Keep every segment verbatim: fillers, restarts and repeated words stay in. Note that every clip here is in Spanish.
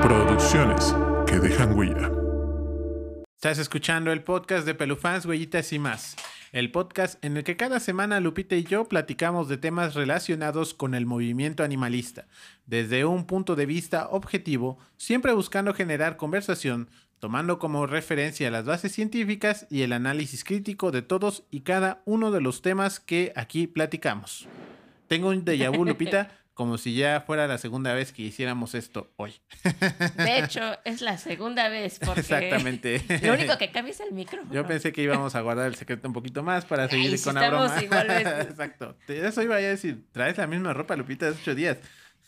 Producciones que dejan huella. Estás escuchando el podcast de Pelufans, Huellitas y Más. El podcast en el que cada semana Lupita y yo platicamos de temas relacionados con el movimiento animalista, desde un punto de vista objetivo, siempre buscando generar conversación, tomando como referencia las bases científicas y el análisis crítico de todos y cada uno de los temas que aquí platicamos. Tengo un déjà vu, Lupita, como si ya fuera la segunda vez que hiciéramos esto hoy. De hecho, es la segunda vez porque Exactamente. Lo único que cambia es el micrófono. Yo pensé que íbamos a guardar el secreto un poquito más para seguir Ay, si con la broma. estamos iguales. Exacto. Eso iba a decir, traes la misma ropa, Lupita, de ocho días.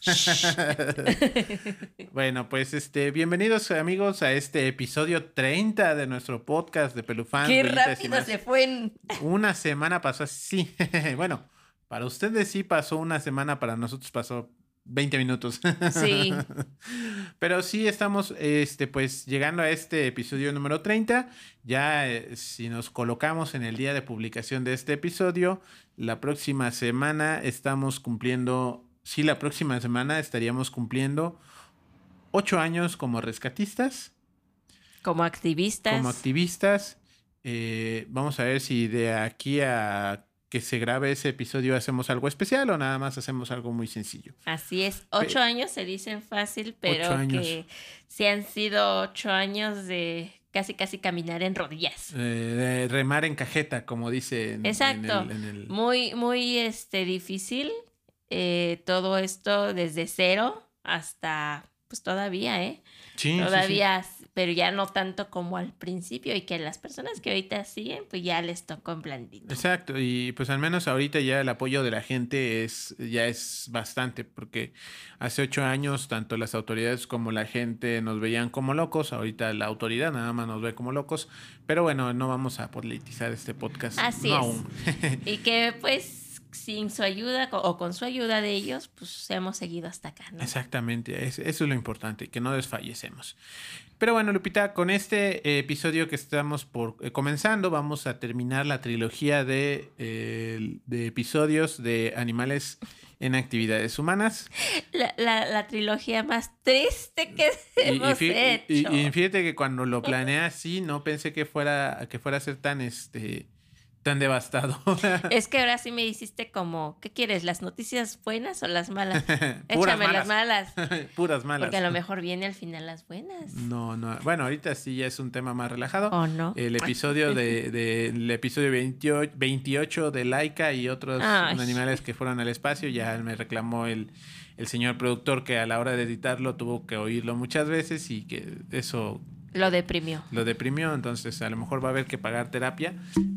Bueno, pues este, bienvenidos amigos a este episodio treinta de nuestro podcast de Pelufans. Qué Huellitas y rápido Más. se fue en... Una semana pasó así. Bueno, para ustedes sí pasó una semana, para nosotros pasó veinte minutos. Sí. Pero sí estamos este, pues llegando a este episodio número treinta. Ya eh, si nos colocamos en el día de publicación de este episodio, la próxima semana estamos cumpliendo, sí, la próxima semana estaríamos cumpliendo ocho años como rescatistas. Como activistas. Como activistas. Eh, vamos a ver si de aquí a que se grabe ese episodio hacemos algo especial o nada más hacemos algo muy sencillo. Así es. Ocho Pe- años se dicen fácil, pero que sí han sido ocho años de casi casi caminar en rodillas. Eh, de remar en cajeta, como dice. En, Exacto. En el, en el... Muy, muy este, difícil. Eh, todo esto desde cero hasta, pues todavía, ¿eh? Sí, todavía, sí, sí. Pero ya no tanto como al principio y que las personas que ahorita siguen, pues ya les tocó en blandito. Exacto, y pues al menos ahorita ya el apoyo de la gente es ya es bastante, porque hace ocho años tanto las autoridades como la gente nos veían como locos, ahorita la autoridad nada más nos ve como locos, pero bueno, no vamos a politizar este podcast. Así no es. aún. Y que pues sin su ayuda o con su ayuda de ellos, pues hemos seguido hasta acá, ¿no? Exactamente, es, eso es lo importante, que no desfallecemos. Pero bueno, Lupita, con este eh, episodio que estamos por eh, comenzando, vamos a terminar la trilogía de, eh, de episodios de animales en actividades humanas. La, la, la trilogía más triste que y, hemos y, hecho. Y, y fíjate que cuando lo planeé así, no pensé que fuera, que fuera a ser tan este... tan devastado. Es que ahora sí me hiciste como, ¿qué quieres? ¿Las noticias buenas o las malas? Puras Échame malas. las malas. Puras malas. Porque a lo mejor viene al final las buenas. No, no. Bueno, ahorita sí ya es un tema más relajado. ¿O no? El episodio de, de el episodio veintiocho, veintiocho de Laika y otros Ay. animales que fueron al espacio, ya me reclamó el, el señor productor que a la hora de editarlo tuvo que oírlo muchas veces y que eso... Lo deprimió. Lo deprimió, entonces a lo mejor va a haber que pagar terapia.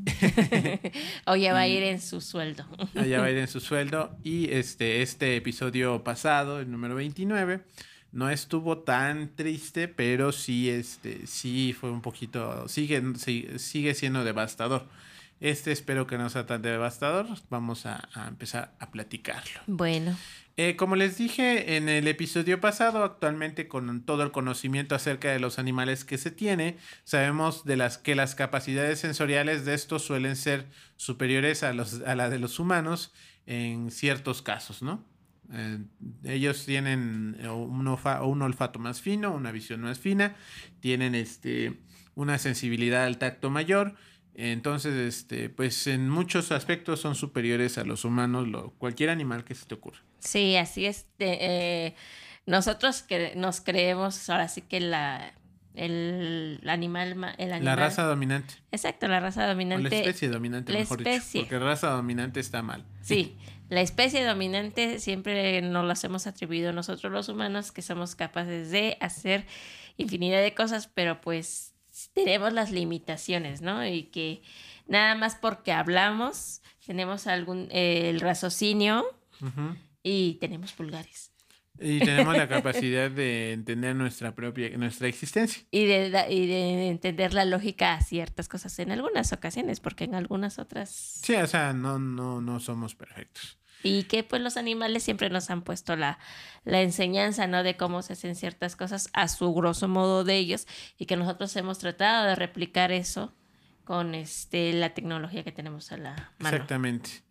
O ya va a ir en su sueldo. Ya va a ir en su sueldo. Y este, este episodio pasado, el número veintinueve, no estuvo tan triste, pero sí, este, sí fue un poquito, sigue, sigue siendo devastador. Este espero que no sea tan devastador. Vamos a, a empezar a platicarlo. Bueno. Eh, como les dije en el episodio pasado, actualmente con todo el conocimiento acerca de los animales que se tiene, sabemos de las que las capacidades sensoriales de estos suelen ser superiores a, los, a la de los humanos en ciertos casos, ¿no? Eh, ellos tienen un, olfa- un olfato más fino, una visión más fina, tienen este, una sensibilidad al tacto mayor. Entonces, este, pues en muchos aspectos son superiores a los humanos, lo, cualquier animal que se te ocurra. Sí, así es. De, eh, nosotros que nos creemos ahora sí que la el animal, el animal... La raza dominante. Exacto, la raza dominante. O la especie dominante, la mejor especie. dicho. Porque raza dominante está mal. Sí, la especie dominante siempre nos las hemos atribuido nosotros los humanos, que somos capaces de hacer infinidad de cosas, pero pues tenemos las limitaciones, ¿no? Y que nada más porque hablamos, tenemos algún eh, el raciocinio uh-huh. y tenemos pulgares. Y tenemos la capacidad de entender nuestra propia, nuestra existencia. Y de, y de entender la lógica a ciertas cosas en algunas ocasiones, porque en algunas otras... Sí, o sea, no, no, no somos perfectos. Y que pues los animales siempre nos han puesto la, la enseñanza, ¿no? De cómo se hacen ciertas cosas a su grosso modo de ellos, y que nosotros hemos tratado de replicar eso con este la tecnología que tenemos a la mano. Exactamente.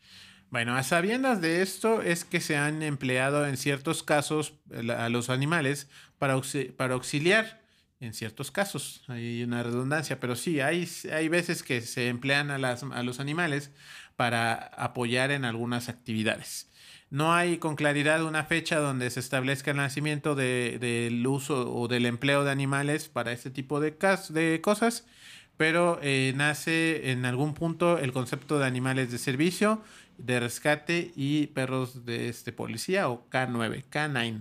Bueno, a sabiendas de esto es que se han empleado en ciertos casos a los animales para, auxi- para auxiliar en ciertos casos. Hay una redundancia, pero sí, hay, hay veces que se emplean a, las, a los animales para apoyar en algunas actividades. No hay con claridad una fecha donde se establezca el nacimiento de, del uso o del empleo de animales para este tipo de, cas de cosas, pero eh, nace en algún punto el concepto de animales de servicio, de rescate y perros de este policía o K nueve, K nueve.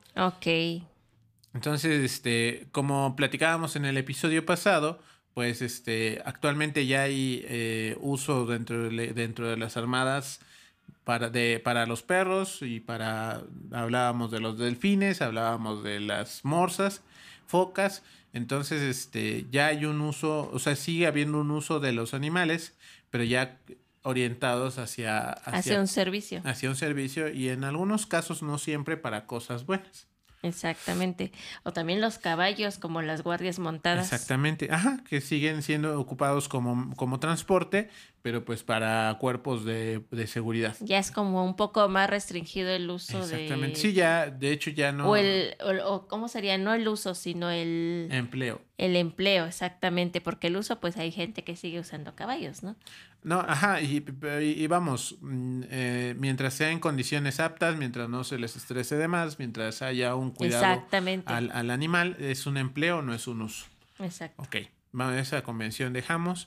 Ok. Entonces, este, como platicábamos en el episodio pasado, pues este, actualmente ya hay eh, uso dentro de, dentro de las armadas para, de, para los perros y para, hablábamos de los delfines, hablábamos de las morsas, focas. Entonces, este, ya hay un uso, o sea, sigue habiendo un uso de los animales, pero ya orientados hacia, hacia, Hacia un servicio. hacia un servicio y en algunos casos no siempre para cosas buenas. Exactamente. O también los caballos, como las guardias montadas. Exactamente, ajá, que siguen siendo ocupados como, como transporte, pero pues para cuerpos de, de seguridad. Ya es como un poco más restringido el uso Exactamente, de... sí, ya, de hecho ya no... O el, o, o ¿cómo sería? No el uso, sino el... Empleo. El empleo, exactamente, porque el uso, pues hay gente que sigue usando caballos, ¿no? No, ajá, y, y, y vamos, eh, mientras sea en condiciones aptas, mientras no se les estrese de más, mientras haya un cuidado Exactamente. al, al animal, es un empleo, no es un uso. Exacto. Ok, vamos, esa convención dejamos.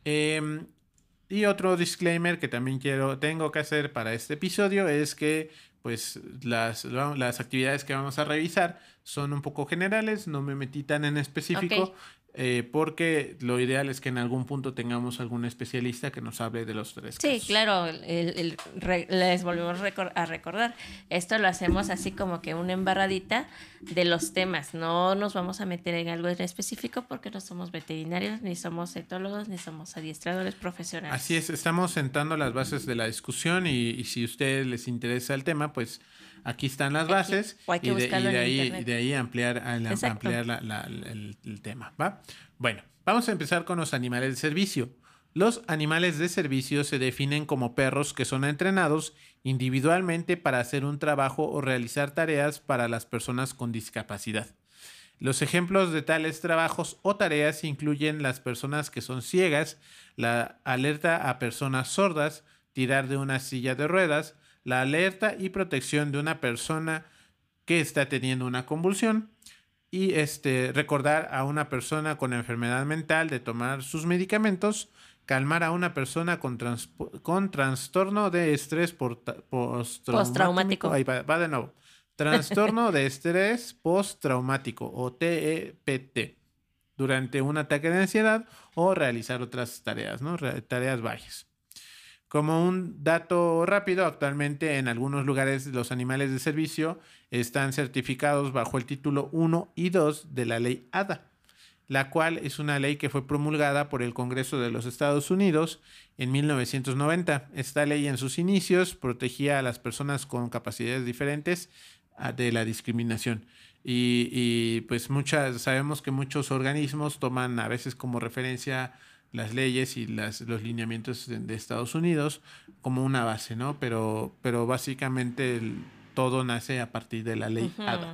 Eh, y otro disclaimer que también quiero, tengo que hacer para este episodio es que pues las, las actividades que vamos a revisar son un poco generales, no me metí tan en específico. Ok. Eh, porque lo ideal es que en algún punto tengamos algún especialista que nos hable de los tres Sí, casos. claro, el, el, re, les volvemos recor a recordar. Esto lo hacemos así como que una embarradita de los temas. No nos vamos a meter en algo en específico porque no somos veterinarios, ni somos etólogos, ni somos adiestradores profesionales. Así es, estamos sentando las bases de la discusión y, y si a ustedes les interesa el tema, pues aquí están las bases Aquí, y, de, y, de ahí, en y de ahí ampliar, ampliar la, la, el, el tema, ¿va? Bueno, vamos a empezar con los animales de servicio. Los animales de servicio se definen como perros que son entrenados individualmente para hacer un trabajo o realizar tareas para las personas con discapacidad. Los ejemplos de tales trabajos o tareas incluyen las personas que son ciegas, la alerta a personas sordas, tirar de una silla de ruedas, la alerta y protección de una persona que está teniendo una convulsión y este, recordar a una persona con enfermedad mental de tomar sus medicamentos, calmar a una persona con, trans con trastorno de estrés postraumático. Postraumático. Ahí va, va de nuevo. Trastorno de estrés postraumático o T E P T durante un ataque de ansiedad o realizar otras tareas, ¿no? Tareas varias. Como un dato rápido, actualmente en algunos lugares los animales de servicio están certificados bajo el título uno y dos de la ley A D A, la cual es una ley que fue promulgada por el Congreso de los Estados Unidos en mil novecientos noventa. Esta ley en sus inicios protegía a las personas con capacidades diferentes de la discriminación. Y, y pues muchas, sabemos que muchos organismos toman a veces como referencia las leyes y las, los lineamientos de, de Estados Unidos como una base, ¿no? Pero, pero básicamente el, todo nace a partir de la ley Uh-huh. A D A.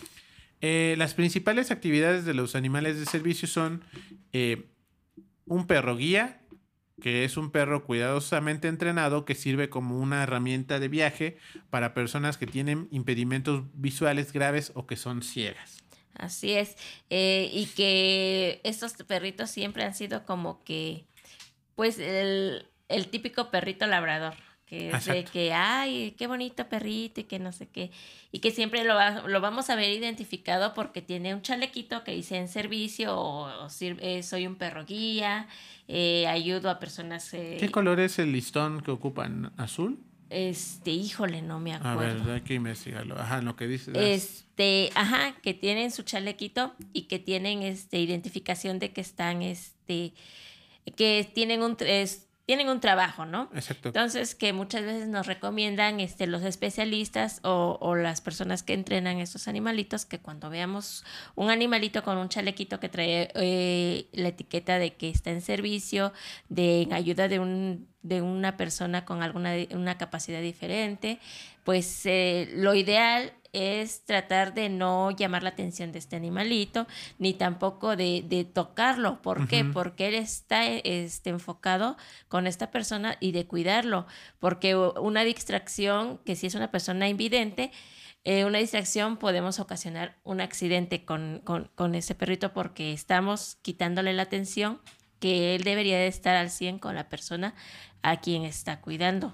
Eh, las principales actividades de los animales de servicio son eh, un perro guía, que es un perro cuidadosamente entrenado que sirve como una herramienta de viaje para personas que tienen impedimentos visuales graves o que son ciegas. Así es. Eh, y que estos perritos siempre han sido como que, pues, el, el típico perrito labrador. Que es Exacto. de que, ay, qué bonito perrito y que no sé qué. Y que siempre lo, va, lo vamos a ver identificado porque tiene un chalequito que dice en servicio o, o sirve, eh, soy un perro guía, eh, ayudo a personas... Eh, ¿Qué color es el listón que ocupan? ¿Azul? Este, híjole, no me A acuerdo. ver, hay que investigarlo. Ajá, lo que dice. Este, ajá, que tienen su chalequito y que tienen este identificación de que están, este, que tienen un... Es, tienen un trabajo, ¿no? Exacto. Entonces, que muchas veces nos recomiendan este, los especialistas o, o las personas que entrenan estos animalitos, que cuando veamos un animalito con un chalequito que trae eh, la etiqueta de que está en servicio, de en ayuda de un de una persona con alguna una capacidad diferente, pues eh, lo ideal es tratar de no llamar la atención de este animalito, ni tampoco de, de tocarlo. ¿Por uh-huh. qué? Porque él está este, enfocado con esta persona y de cuidarlo. Porque una distracción, que si es una persona invidente, eh, una distracción podemos ocasionar un accidente con, con, con ese perrito porque estamos quitándole la atención que él debería de estar al cien con la persona a quien está cuidando.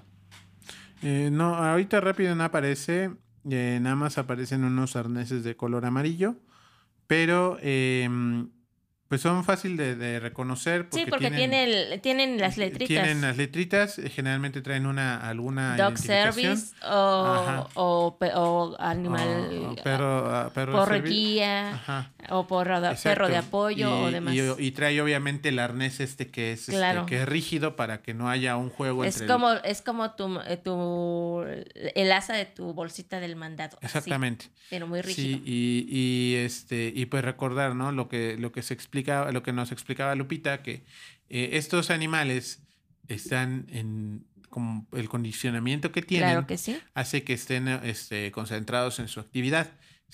Eh, no, ahorita rápido no aparece, eh, nada más aparecen unos arneses de color amarillo, pero eh, pues son fácil de, de reconocer. Porque sí, porque tienen, tiene el, tienen las letritas. Tienen las letritas, generalmente traen una alguna Dog identificación. Service o, o, o animal... O, o perro, perro por guía, o por perro de apoyo y, o demás. Y, y trae obviamente el arnés este que es, claro. este, que es rígido para que no haya un juego es entre... Como, el... Es como tu, tu, el asa de tu bolsita del mandado. Exactamente. Así, pero muy rígido. Sí, y, y, este, y pues recordar, ¿no? Lo que, lo que se explica, lo que nos explicaba Lupita, que eh, estos animales están en... como el condicionamiento que tienen, claro que sí. hace que estén este, concentrados en su actividad.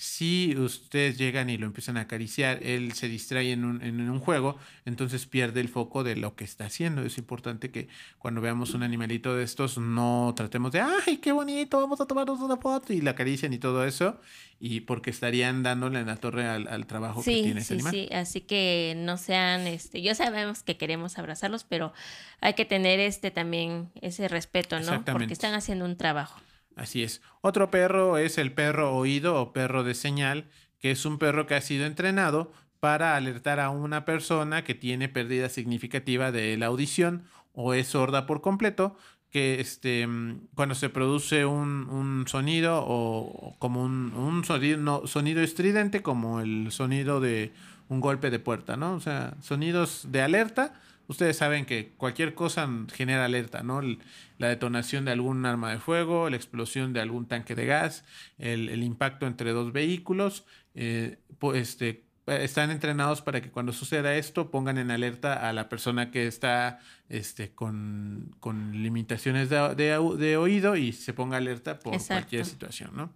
Si ustedes llegan y lo empiezan a acariciar, él se distrae en un, en un juego, entonces pierde el foco de lo que está haciendo. Es importante que cuando veamos un animalito de estos no tratemos de ¡ay, qué bonito! Vamos a tomarnos una foto y la acarician y todo eso, y porque estarían dándole en la torre al, al trabajo sí, que tiene ese sí, animal. Sí, así que no sean, este, yo sabemos que queremos abrazarlos, pero hay que tener este también ese respeto, ¿no? Porque están haciendo un trabajo. Así es. Otro perro es el perro oído o perro de señal, que es un perro que ha sido entrenado para alertar a una persona que tiene pérdida significativa de la audición o es sorda por completo, que este, cuando se produce un, un sonido o como un, un sonido, no, sonido estridente, como el sonido de un golpe de puerta, ¿no? O sea, sonidos de alerta. Ustedes saben que cualquier cosa genera alerta, ¿no? La detonación de algún arma de fuego, la explosión de algún tanque de gas, el, el impacto entre dos vehículos, eh, pues este, están entrenados para que cuando suceda esto pongan en alerta a la persona que está este, con, con limitaciones de, de, de oído y se ponga alerta por Exacto. cualquier situación, ¿no?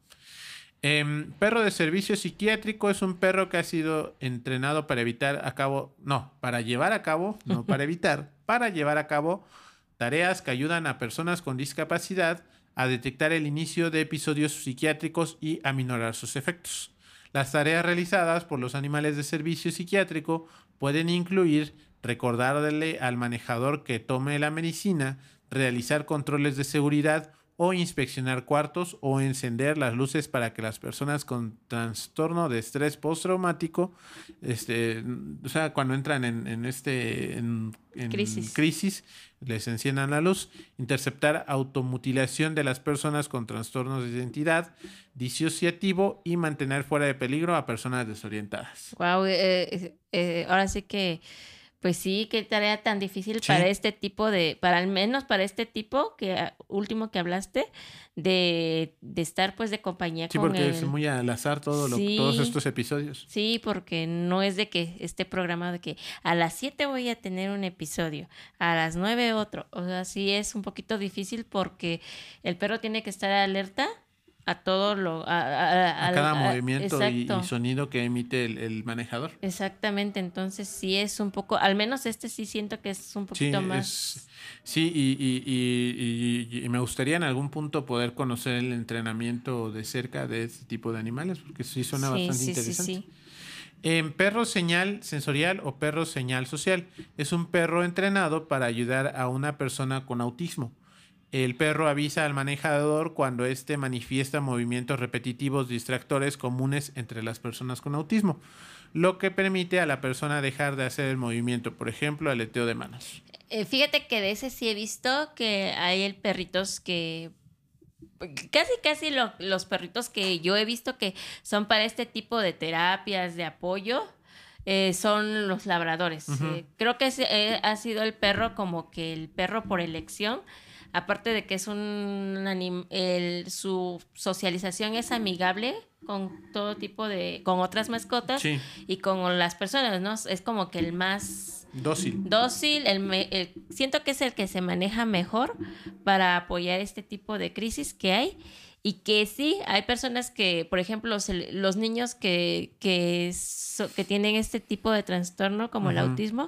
Eh, perro de servicio psiquiátrico es un perro que ha sido entrenado para evitar a cabo, no, para llevar a cabo, no para evitar, para llevar a cabo tareas que ayudan a personas con discapacidad a detectar el inicio de episodios psiquiátricos y a minorar sus efectos. Las tareas realizadas por los animales de servicio psiquiátrico pueden incluir recordarle al manejador que tome la medicina, realizar controles de seguridad o inspeccionar cuartos o encender las luces para que las personas con trastorno de estrés postraumático, este, o sea, cuando entran en, en este en, en crisis. crisis, les enciendan la luz, interceptar automutilación de las personas con trastornos de identidad disociativo y mantener fuera de peligro a personas desorientadas. Wow, eh, eh, ahora sí que pues sí, qué tarea tan difícil sí. para este tipo de, para al menos para este tipo, que último que hablaste, de, de estar pues de compañía sí, con porque el... es muy al azar todo lo, sí, todos estos episodios. Sí, porque no es de que esté programado de que a las siete voy a tener un episodio, a las nueve otro. O sea, sí es un poquito difícil porque el perro tiene que estar alerta a todo lo a, a, a cada a, movimiento y, y sonido que emite el, el manejador. Exactamente, entonces sí es un poco, al menos este sí siento que es un poquito sí, más. Es, sí, y, y, y, y, y me gustaría en algún punto poder conocer el entrenamiento de cerca de este tipo de animales, porque sí suena sí, bastante sí, interesante. Sí, sí. En perro señal sensorial o perro señal social, es un perro entrenado para ayudar a una persona con autismo. El perro avisa al manejador cuando éste manifiesta movimientos repetitivos distractores comunes entre las personas con autismo, lo que permite a la persona dejar de hacer el movimiento, por ejemplo, aleteo de manos. Eh, fíjate que de ese sí he visto que hay el perritos que... Casi, casi lo, los perritos que yo he visto que son para este tipo de terapias de apoyo, eh, son los labradores. Uh-huh. Eh, creo que ese, eh, ha sido el perro como que el perro por elección. Aparte de que es un anim- el, su socialización es amigable con todo tipo de, con otras mascotas sí. y con las personas, ¿no? Es como que el más Dócil. Dócil, el, me- el- siento que es el que se maneja mejor para apoyar este tipo de crisis que hay. Y que sí, hay personas que, por ejemplo, se le- los niños que, que, so- que tienen este tipo de trastorno, como el Ujú. autismo,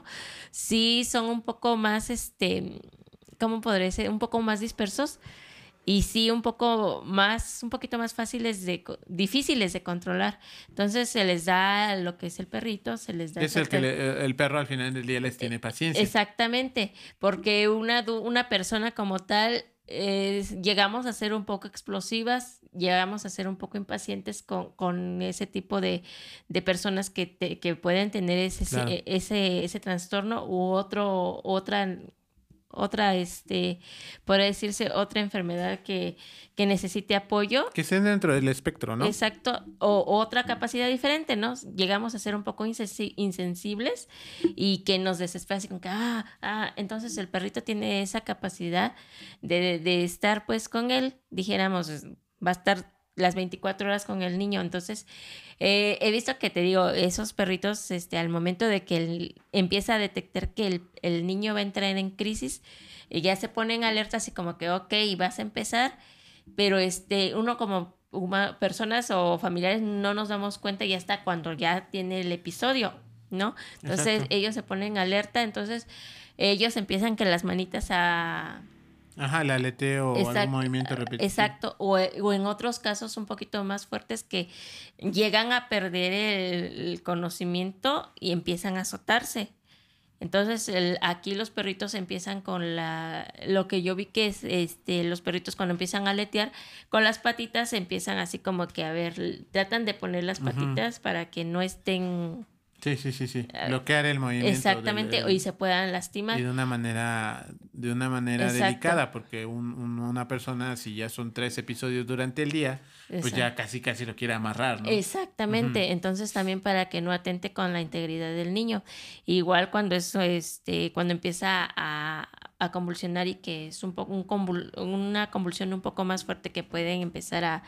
sí son un poco más, este, ¿cómo podría ser? Un poco más dispersos y sí un poco más, un poquito más fáciles de, co- difíciles de controlar. Entonces se les da lo que es el perrito, se les da Es el que per- le- el perro al final del día les tiene paciencia. Exactamente, porque una, du- una persona como tal, es- llegamos a ser un poco explosivas, llegamos a ser un poco impacientes con, con ese tipo de, de personas que, te- que pueden tener ese, Claro. ese, ese, ese trastorno u otro, otra, otra, este, podría decirse, otra enfermedad que, que necesite apoyo. Que estén dentro del espectro, ¿no? Exacto, o otra capacidad diferente, ¿no? Llegamos a ser un poco insensi- insensibles y que nos desespera así como que, ah, ah, entonces el perrito tiene esa capacidad de, de estar pues con él, dijéramos, es- va a estar las veinticuatro horas con el niño, entonces eh, he visto que te digo, esos perritos, este, al momento de que él empieza a detectar que el, el niño va a entrar en crisis, eh, ya se ponen alerta así como que, ok, vas a empezar, pero este, uno como huma- personas o familiares no nos damos cuenta y hasta cuando ya tiene el episodio, ¿no? Entonces Exacto. ellos se ponen alerta, entonces ellos empiezan que las manitas a... Ajá, el aleteo o algún Exacto, movimiento repetitivo. exacto, o, o en otros casos un poquito más fuertes que llegan a perder el, el conocimiento y empiezan a azotarse. Entonces, el, aquí los perritos empiezan con la, lo que yo vi que es, este, los perritos cuando empiezan a aletear, con las patitas empiezan así como que, a ver, tratan de poner las Ujú. patitas para que no estén Sí, sí, sí, sí. Bloquear el movimiento. exactamente del- y se puedan lastimar. Y de una manera, de una manera Exacto. delicada, porque un- un- una persona, si ya son tres episodios durante el día, pues ya Exacto. casi casi lo quiere amarrar, ¿no? Exactamente, Ujú. entonces también para que no atente con la integridad del niño. Igual cuando eso, este, cuando empieza a, a convulsionar y que es un poco un convul- una convulsión un poco más fuerte que pueden empezar a,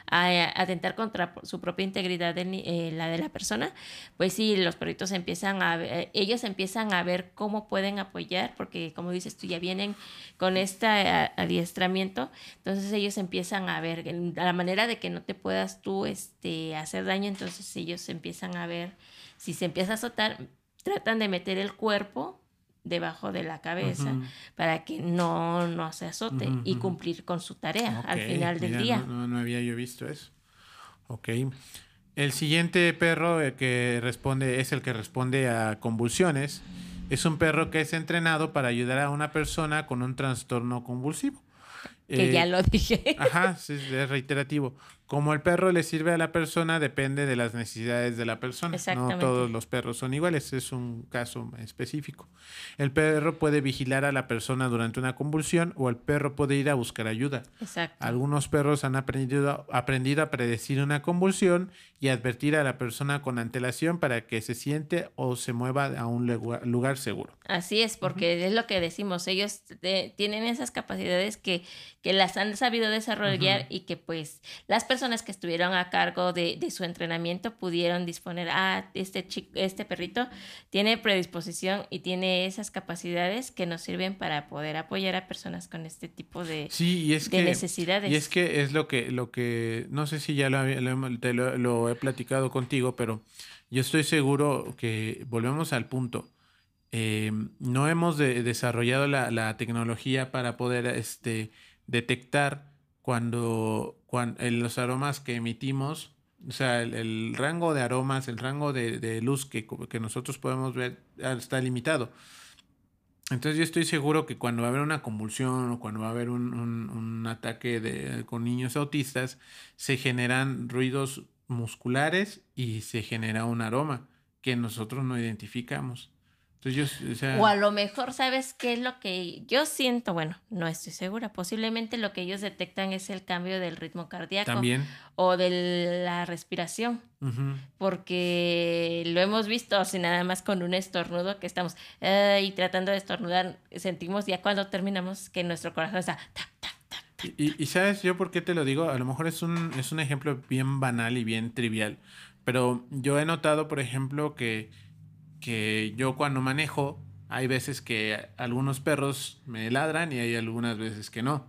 a atentar contra su propia integridad, del ni- eh, la de la persona, pues sí, los perritos empiezan a ver- ellos empiezan a ver cómo pueden apoyar, porque como dices tú, ya vienen con este a- adiestramiento, entonces ellos empiezan a ver en- a la manera de que no te puedas tú este, hacer daño, entonces ellos empiezan a ver, si se empieza a azotar, tratan de meter el cuerpo debajo de la cabeza Ujú. para que no, no se azote Ujú, y ujú. cumplir con su tarea al Ok, final del mira, día. No, no, no había yo visto eso. Ok. El siguiente perro eh, que responde es el que responde a convulsiones. Es un perro que es entrenado para ayudar a una persona con un trastorno convulsivo. Que Eh, ya lo dije. Ajá, sí, es reiterativo. Como el perro le sirve a la persona, depende de las necesidades de la persona. No Exactamente. todos los perros son iguales, es un caso específico. El perro puede vigilar a la persona durante una convulsión o el perro puede ir a buscar ayuda. Exacto. Algunos perros han aprendido, aprendido a predecir una convulsión y advertir a la persona con antelación para que se siente o se mueva a un lugar, lugar seguro. Así es, porque es lo que decimos, ellos te- tienen esas capacidades que, que las han sabido desarrollar Ujú. y que pues las personas que estuvieron a cargo de, de su entrenamiento pudieron disponer, ah, este, chico, este perrito tiene predisposición y tiene esas capacidades que nos sirven para poder apoyar a personas con este tipo de, Sí, y es de que necesidades. y es que es lo que lo que no sé si ya lo, había- lo, hemos- te lo- lo he platicado contigo, pero yo estoy seguro que volvemos al punto. Eh, no hemos de- desarrollado la, la tecnología para poder este detectar cuando, cuan- en los aromas que emitimos, o sea, el, el rango de aromas, el rango de, de luz que, co- que nosotros podemos ver ah, está limitado. Entonces yo estoy seguro que cuando va a haber una convulsión o cuando va a haber un, un- un ataque de, con niños autistas, se generan ruidos musculares y se genera un aroma que nosotros no identificamos. Entonces yo, o sea, O a lo mejor, ¿sabes qué es lo que yo siento? Bueno, no estoy segura. Posiblemente lo que ellos detectan es el cambio del ritmo cardíaco también. o de la respiración. Ujú. Porque lo hemos visto, así nada más con un estornudo que estamos eh, y tratando de estornudar, sentimos ya cuando terminamos que nuestro corazón está tac, tac, tac, tac. Y, y sabes yo por qué te lo digo, a lo mejor es un, es un ejemplo bien banal y bien trivial, pero yo he notado, por ejemplo, que, que yo cuando manejo, Hay veces que algunos perros me ladran y hay algunas veces que no.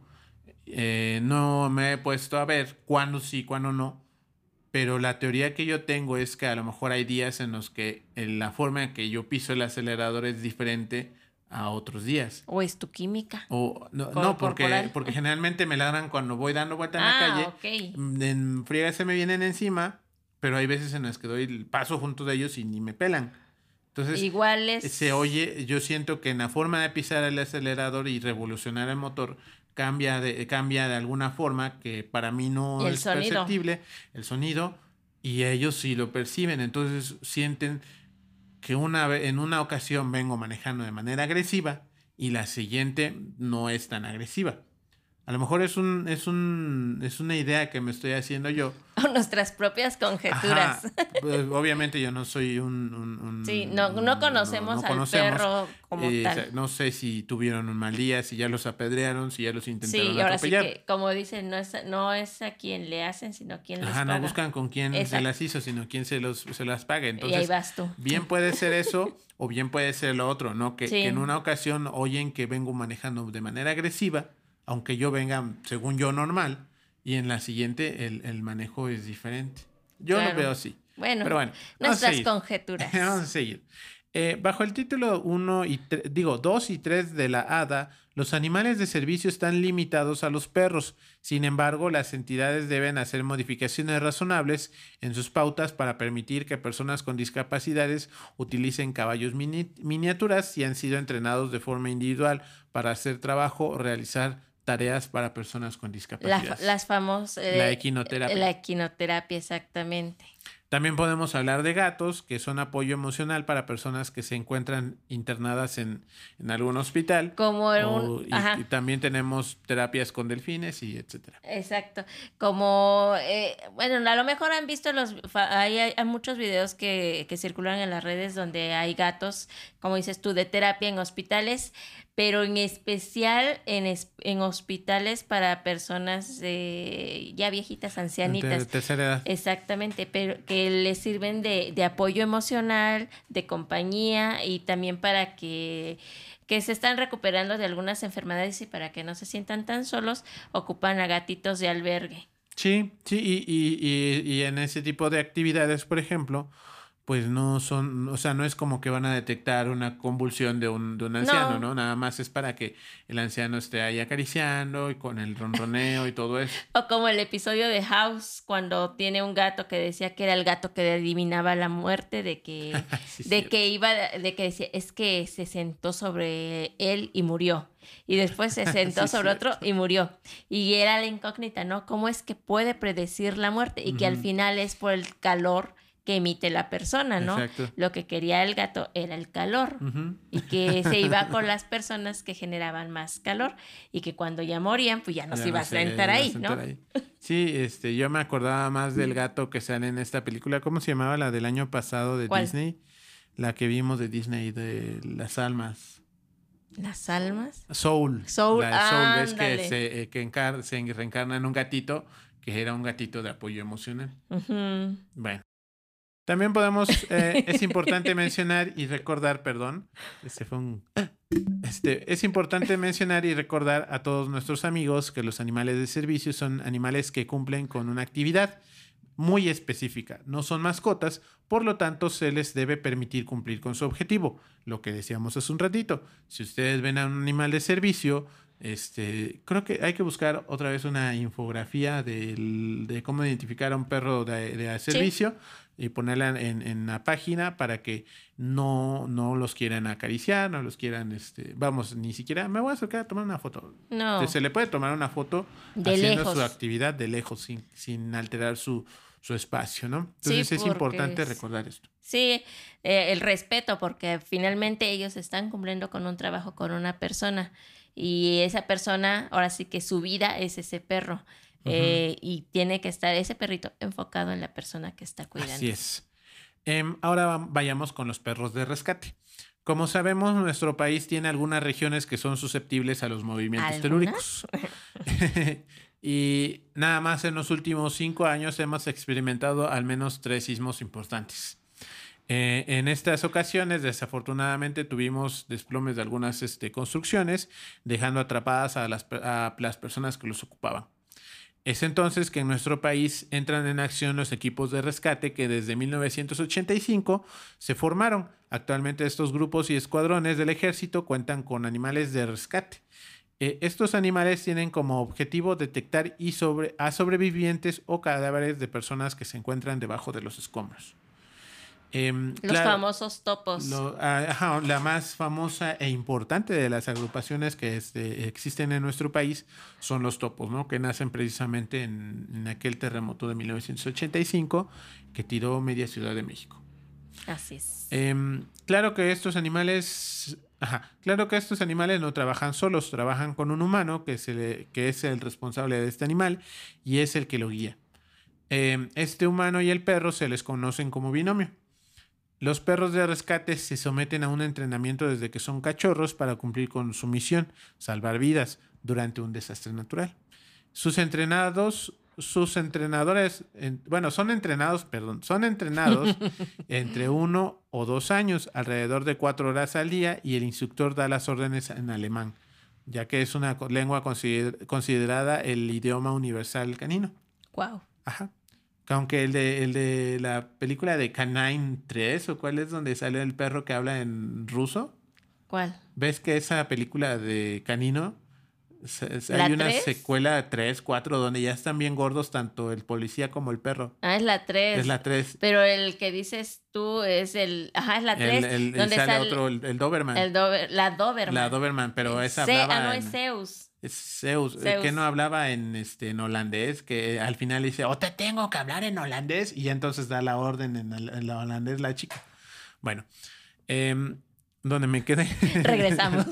Eh, no me he puesto a ver cuándo sí, cuándo no. Pero la teoría que yo tengo es que a lo mejor hay días en los que en la forma en que yo piso el acelerador es diferente a otros días. O es tu química. O no, Cor- no porque, corporal. porque generalmente me ladran cuando voy dando vuelta en la Ah, calle. ok. En friega se me vienen encima, pero hay veces en las que doy el paso junto de ellos y ni me pelan. Entonces, Igual es... se oye, yo siento que en la forma de pisar el acelerador y revolucionar el motor cambia de, cambia de alguna forma que para mí no Y el es sonido. perceptible, el sonido, y ellos sí lo perciben. Entonces sienten que una ve- en una ocasión vengo manejando de manera agresiva y la siguiente no es tan agresiva. A lo mejor es un, es un, es una idea que me estoy haciendo yo. O nuestras propias conjeturas. Ajá. Pues, obviamente yo no soy un... un- un- Sí, no, no conocemos al perro como Eh, tal. No sé si tuvieron un mal día, si ya los apedrearon, si ya los intentaron Sí, ahora sí atropellar. que, como dicen, no es, no es a quien le hacen, sino a quien les Ajá, paga. no buscan con quién se Exacto. las hizo, sino quién se, los, se las pague. Y ahí Entonces, vas tú. bien puede ser eso o bien puede ser lo otro, ¿no? Que, Sí. que en una ocasión oyen que vengo manejando de manera agresiva, aunque yo venga, según yo, normal, y en la siguiente el, el manejo es diferente. Yo Claro. lo veo así. Bueno, Pero bueno, vamos a nuestras seguir. conjeturas. Vamos a seguir. Eh, bajo el título uno y tre- digo dos y tres de la A D A, los animales de servicio están limitados a los perros. Sin embargo, las entidades deben hacer modificaciones razonables en sus pautas para permitir que personas con discapacidades utilicen caballos mini- miniaturas si han sido entrenados de forma individual para hacer trabajo o realizar tareas para personas con La, discapacidades. las famosas... La equinoterapia. La equinoterapia, exactamente. También podemos hablar de gatos, que son apoyo emocional para personas que se encuentran internadas en, en algún hospital. Como O- un... y, ajá. y también tenemos terapias con delfines y etcétera. Exacto. Como, eh, bueno, a lo mejor han visto los, fa- hay, hay, hay muchos videos que, que circulan en las redes donde hay gatos, como dices tú, de terapia en hospitales, pero en especial en, es- en hospitales para personas eh, ya viejitas, ancianitas. De tercera edad. Exactamente, pero que les sirven de, de apoyo emocional, de compañía y también para que, que se están recuperando de algunas enfermedades y para que no se sientan tan solos, ocupan a gatitos de albergue. Sí, sí, y, y, y, y en ese tipo de actividades, por ejemplo, pues no son, o sea, no es como que van a detectar una convulsión de un, de un anciano, No. ¿no? Nada más es para que el anciano esté ahí acariciando y con el ronroneo y todo eso. O como el episodio de House, cuando tiene un gato que decía que era el gato que adivinaba la muerte, de que, Sí, de cierto. que iba, de que decía, es que se sentó sobre él y murió. Y después se sentó Sí, sobre cierto. otro y murió. Y era la incógnita, ¿no? ¿Cómo es que puede predecir la muerte? Y que al Ujú. final es por el calor que emite la persona, ¿no? Exacto. Lo que quería el gato era el calor. Ujú. Y que se iba con las personas que generaban más calor. Y que cuando ya morían, pues ya no Ya se iba no a sé, sentar ya ahí, a ¿no? sentar ahí. Sí, este, yo me acordaba más del gato que sale en esta película. ¿Cómo se llamaba la del año pasado de ¿Cuál? Disney? La que vimos de Disney, de las almas. Las almas. Soul. Soul, La de Soul, ves ándale. que se, eh, que encar- se reencarna en un gatito, que era un gatito de apoyo emocional. Ujú. Bueno. También podemos, eh, es importante mencionar y recordar, perdón, este fue un... Este, es importante mencionar y recordar a todos nuestros amigos que los animales de servicio son animales que cumplen con una actividad muy específica. No son mascotas, por lo tanto se les debe permitir cumplir con su objetivo. Lo que decíamos hace un ratito. Si ustedes ven a un animal de servicio, este, creo que hay que buscar otra vez una infografía del- de cómo identificar a un perro de, de servicio y ponerla en, en la página para que no, no los quieran acariciar, no los quieran, este, vamos, ni siquiera, me voy a acercar a tomar una foto. No. Se le puede tomar una foto De haciendo lejos. su actividad de lejos, sin, sin alterar su, su espacio, ¿no? Entonces Sí, es porque importante es- recordar esto. Sí, eh, el respeto, porque finalmente ellos están cumpliendo con un trabajo con una persona y esa persona, ahora sí que su vida es ese perro eh, y tiene que estar ese perrito enfocado en la persona que está cuidando. Así es. Em, ahora va- vayamos con los perros de rescate. Como sabemos, nuestro país tiene algunas regiones que son susceptibles a los movimientos ¿Algunas? telúricos. Y nada más en los últimos cinco años hemos experimentado al menos tres sismos importantes. Eh, en estas ocasiones, desafortunadamente, tuvimos desplomes de algunas este, construcciones, dejando atrapadas a las, a las personas que los ocupaban. Es entonces que en nuestro país entran en acción los equipos de rescate que desde mil novecientos ochenta y cinco se formaron. Actualmente estos grupos y escuadrones del ejército cuentan con animales de rescate. Eh, estos animales tienen como objetivo detectar y sobre, a sobrevivientes o cadáveres de personas que se encuentran debajo de los escombros. Eh, Los claro, famosos topos. Lo, ajá, la más famosa e importante de las agrupaciones que este, existen en nuestro país son los topos, ¿no? Que nacen precisamente en, en aquel terremoto de mil novecientos ochenta y cinco que tiró media Ciudad de México. Así es. Eh, claro que estos animales, ajá, claro que estos animales no trabajan solos, trabajan con un humano que, se le, que es el responsable de este animal y es el que lo guía. Eh, este humano y el perro se les conocen como binomio. Los perros de rescate se someten a un entrenamiento desde que son cachorros para cumplir con su misión, salvar vidas durante un desastre natural. Sus entrenados, sus entrenadores, en, bueno, son entrenados, perdón, son entrenados entre uno o dos años, alrededor de cuatro horas al día, y el instructor da las órdenes en alemán, ya que es una lengua consider, considerada el idioma universal canino. Wow. Ajá. Aunque el de, el de la película de Canine tres, ¿o cuál es donde sale el perro que habla en ruso? ¿Cuál? ¿Ves que esa película de Canino, ¿La hay una tres? secuela tres, cuatro, donde ya están bien gordos tanto el policía como el perro? Ah, es la tres. Es la tres. Pero el que dices tú es el... Ajá, es la tres. El, el, donde sale sale otro, el, el Doberman. El Dober, la Doberman. La Doberman, pero esa Ce- hablaba Ah, no, en- es Zeus. Es Zeus, Zeus. que no hablaba en, este, en holandés, que al final dice, oh, te tengo que hablar en holandés, y ya entonces da la orden en, el, en la holandés la chica. Bueno, eh, donde me quedé. Regresamos.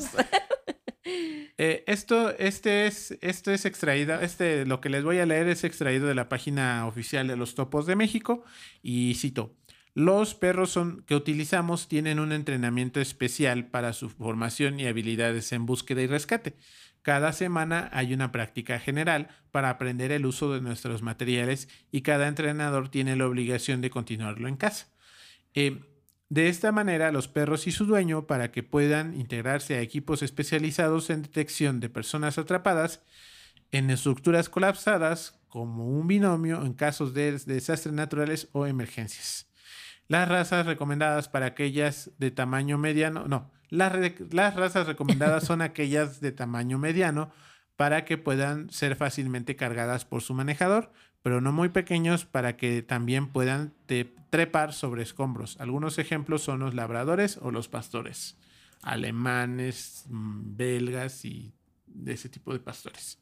eh, esto, este es, esto es extraído, este, lo que les voy a leer es extraído de la página oficial de los Topos de México, y cito: los perros son, que utilizamos tienen un entrenamiento especial para su formación y habilidades en búsqueda y rescate. Cada semana hay una práctica general para aprender el uso de nuestros materiales y cada entrenador tiene la obligación de continuarlo en casa. Eh, de esta manera, los perros y su dueño, para que puedan integrarse a equipos especializados en detección de personas atrapadas en estructuras colapsadas, como un binomio en casos de desastres naturales o emergencias. Las razas recomendadas para aquellas de tamaño mediano, no, las, re, las razas recomendadas son aquellas de tamaño mediano para que puedan ser fácilmente cargadas por su manejador, pero no muy pequeños para que también puedan te, trepar sobre escombros. Algunos ejemplos son los labradores o los pastores, alemanes, belgas y de ese tipo de pastores.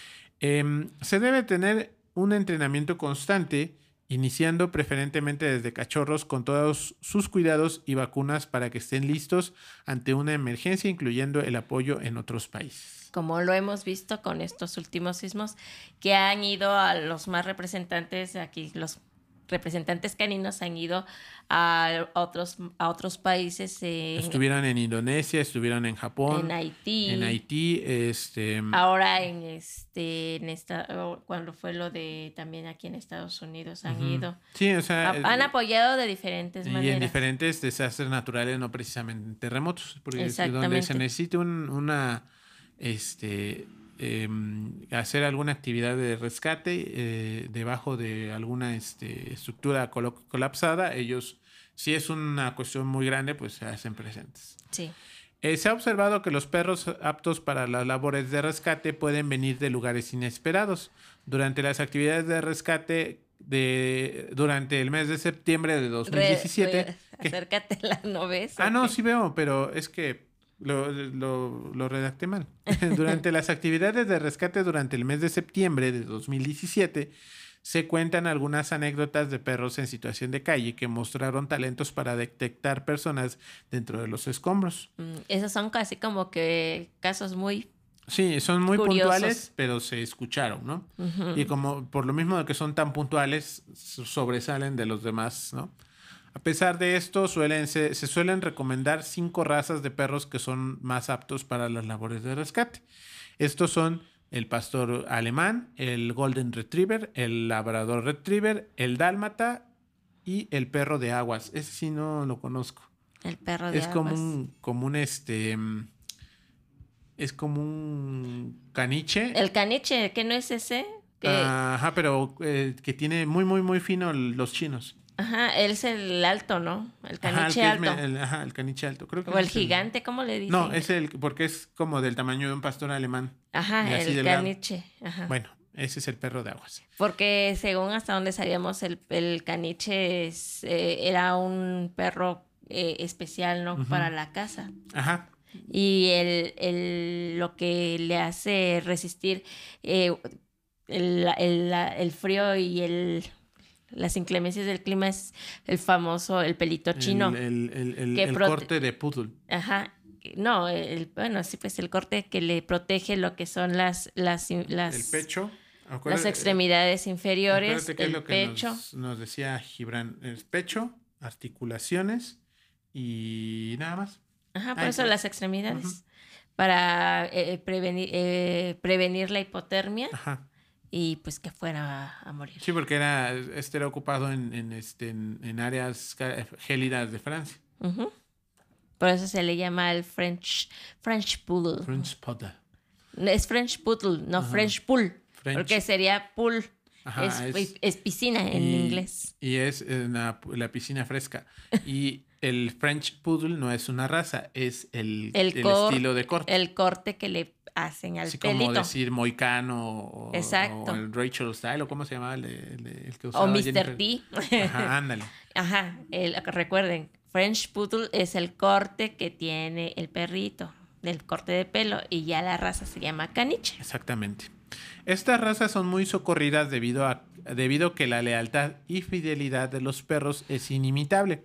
Eh, se debe tener un entrenamiento constante, iniciando preferentemente desde cachorros con todos sus cuidados y vacunas para que estén listos ante una emergencia, incluyendo el apoyo en otros países. Como lo hemos visto con estos últimos sismos que han ido a los más representantes, aquí los representantes caninos han ido a otros, a otros países. En, estuvieron en Indonesia, estuvieron en Japón. En Haití. En Haití, este... Ahora en este, en esta, cuando fue lo de también aquí en Estados Unidos han uh-huh. ido. Sí, o sea... Ha, han apoyado de diferentes y maneras. Y en diferentes desastres naturales, no precisamente terremotos, porque es donde se necesita un, una... este Eh, hacer alguna actividad de rescate eh, debajo de alguna este, estructura col colapsada, ellos, si es una cuestión muy grande, pues se hacen presentes. Sí. Eh, se ha observado que los perros aptos para las labores de rescate pueden venir de lugares inesperados. Durante las actividades de rescate de, durante el mes de septiembre de dos mil diecisiete... Re, re, acércate, la no ves. Ah, no, sí veo, pero es que Lo, lo, lo redacté mal. Durante las actividades de rescate durante el mes de septiembre de dos mil diecisiete, se cuentan algunas anécdotas de perros en situación de calle que mostraron talentos para detectar personas dentro de los escombros. Mm, esos son casi como que casos muy... Sí, son muy curiosos. puntuales, pero se escucharon, ¿no? Uh-huh. Y como por lo mismo de que son tan puntuales, sobresalen de los demás, ¿no? A pesar de esto, suelen se, se suelen recomendar cinco razas de perros que son más aptos para las labores de rescate. Estos son el pastor alemán, el golden retriever, el labrador retriever, el dálmata y el perro de aguas. Ese sí no lo conozco. El perro de es aguas. como un, como un este... Es como un caniche. El caniche, ¿qué no es ese? Que... Ajá, pero eh, que tiene muy, muy, muy fino los chinos. Ajá, él es el alto, ¿no? El caniche ajá, el alto. Es, el, ajá, el caniche alto. Creo que o el es gigante, el... ¿cómo le dicen? No, es el, porque es como del tamaño de un pastor alemán. Ajá, el caniche. Ajá. Bueno, ese es el perro de aguas. Porque según hasta donde sabíamos, el, el caniche es, eh, era un perro eh, especial, ¿no? Uh-huh. Para la caza. Ajá. Y el, el, lo que le hace resistir eh, el, el, el frío y el, las inclemencias del clima es el famoso, el pelito chino. El, el, el, el prote- corte de poodle. Ajá. No, el, bueno, sí, pues el corte que le protege lo que son las... las, las el pecho. Acuérdate, las extremidades inferiores, que el es lo que pecho. Nos, nos decía Gibran, el pecho, articulaciones y nada más. Ajá, por Ay, eso pues. las extremidades. Uh-huh. Para eh, prevenir, eh, prevenir la hipotermia. Ajá. Y pues que fuera a morir. Sí, porque era, este era ocupado en, en, este, en, en áreas gélidas de Francia. Uh-huh. Por eso se le llama el French, French Poodle. French Poodle. Es French Poodle, no uh-huh. French Pool. French. Porque sería pool. Ajá, es, es, es piscina en y, inglés. Y es la, la piscina fresca. Y el French Poodle no es una raza, es el, el, el cor, estilo de corte. El corte que le hacen al Así pelito. como decir moicano o, Exacto. o el Rachel Style, o cómo se llamaba el, el, el que usaba o mister T. Ajá, ándale. Ajá, el, recuerden, French Poodle es el corte que tiene el perrito, el corte de pelo, y ya la raza se llama caniche. Exactamente. Estas razas son muy socorridas debido a debido que la lealtad y fidelidad de los perros es inimitable.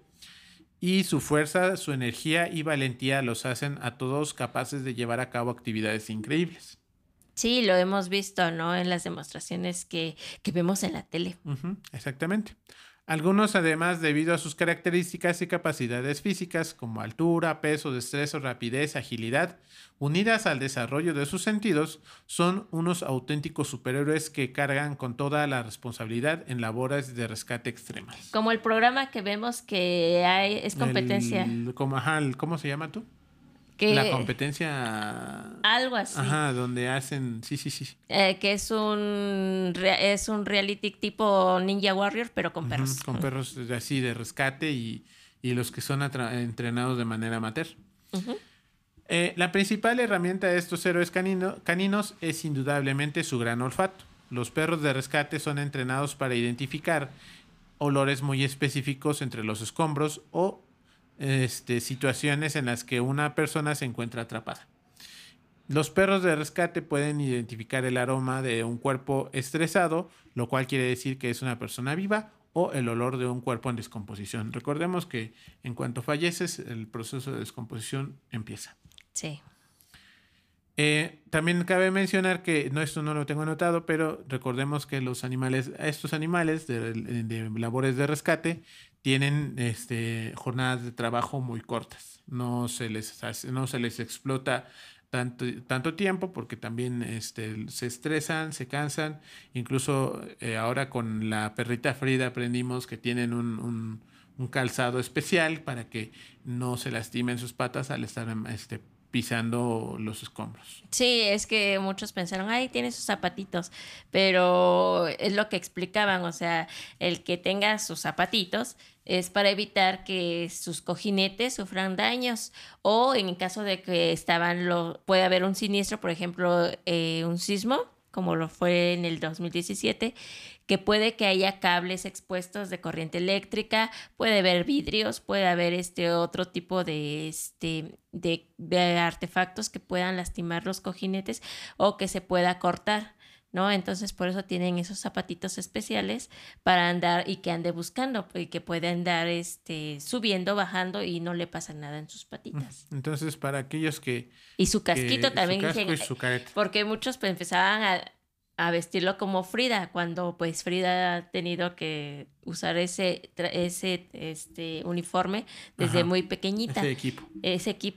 Y su fuerza, su energía y valentía los hacen a todos capaces de llevar a cabo actividades increíbles. Sí, lo hemos visto, ¿no? En las demostraciones que, que vemos en la tele. Uh-huh, exactamente. Algunos, además, debido a sus características y capacidades físicas, como altura, peso, destreza, rapidez, agilidad, unidas al desarrollo de sus sentidos, son unos auténticos superhéroes que cargan con toda la responsabilidad en labores de rescate extremas. Como el programa que vemos que hay, es competencia. El, como, ajá, el, ¿cómo se llama tú? Que la competencia. Algo así. Ajá, donde hacen. Sí, sí, sí. Eh, que es un es un reality tipo Ninja Warrior, pero con perros. Uh-huh, con perros así de rescate y, y los que son atra- entrenados de manera amateur. Uh-huh. Eh, la principal herramienta de estos héroes canino, caninos es indudablemente su gran olfato. Los perros de rescate son entrenados para identificar olores muy específicos entre los escombros o Este, situaciones en las que una persona se encuentra atrapada. Los perros de rescate pueden identificar el aroma de un cuerpo estresado, lo cual quiere decir que es una persona viva, o el olor de un cuerpo en descomposición. Recordemos que en cuanto falleces, el proceso de descomposición empieza. Sí. Eh, también cabe mencionar que, no, esto no lo tengo anotado, pero recordemos que los animales, estos animales de, de, de labores de rescate tienen este, jornadas de trabajo muy cortas. No se les, hace, no se les explota tanto, tanto tiempo porque también este, se estresan, se cansan. Incluso eh, ahora con la perrita Frida aprendimos que tienen un, un, un calzado especial para que no se lastimen sus patas al estar este, pisando los escombros. Sí, es que muchos pensaron, ay, tiene sus zapatitos, pero es lo que explicaban, o sea, el que tenga sus zapatitos es para evitar que sus cojinetes sufran daños, o en caso de que estaban, lo, puede haber un siniestro, por ejemplo, eh, un sismo, como lo fue en el dos mil diecisiete, que puede que haya cables expuestos de corriente eléctrica, puede haber vidrios, puede haber este otro tipo de, este, de, de artefactos que puedan lastimar los cojinetes o que se pueda cortar, ¿no? Entonces por eso tienen esos zapatitos especiales para andar y que ande buscando y que puede andar este, subiendo, bajando y no le pasa nada en sus patitas. Entonces para aquellos que... Y su casquito que, también. Su casco dije, y su careta. Porque muchos pues, empezaban a... a vestirlo como Frida, cuando pues Frida ha tenido que usar ese, ese este, uniforme desde Ajá, muy pequeñita. Ese equipo. Ese equipo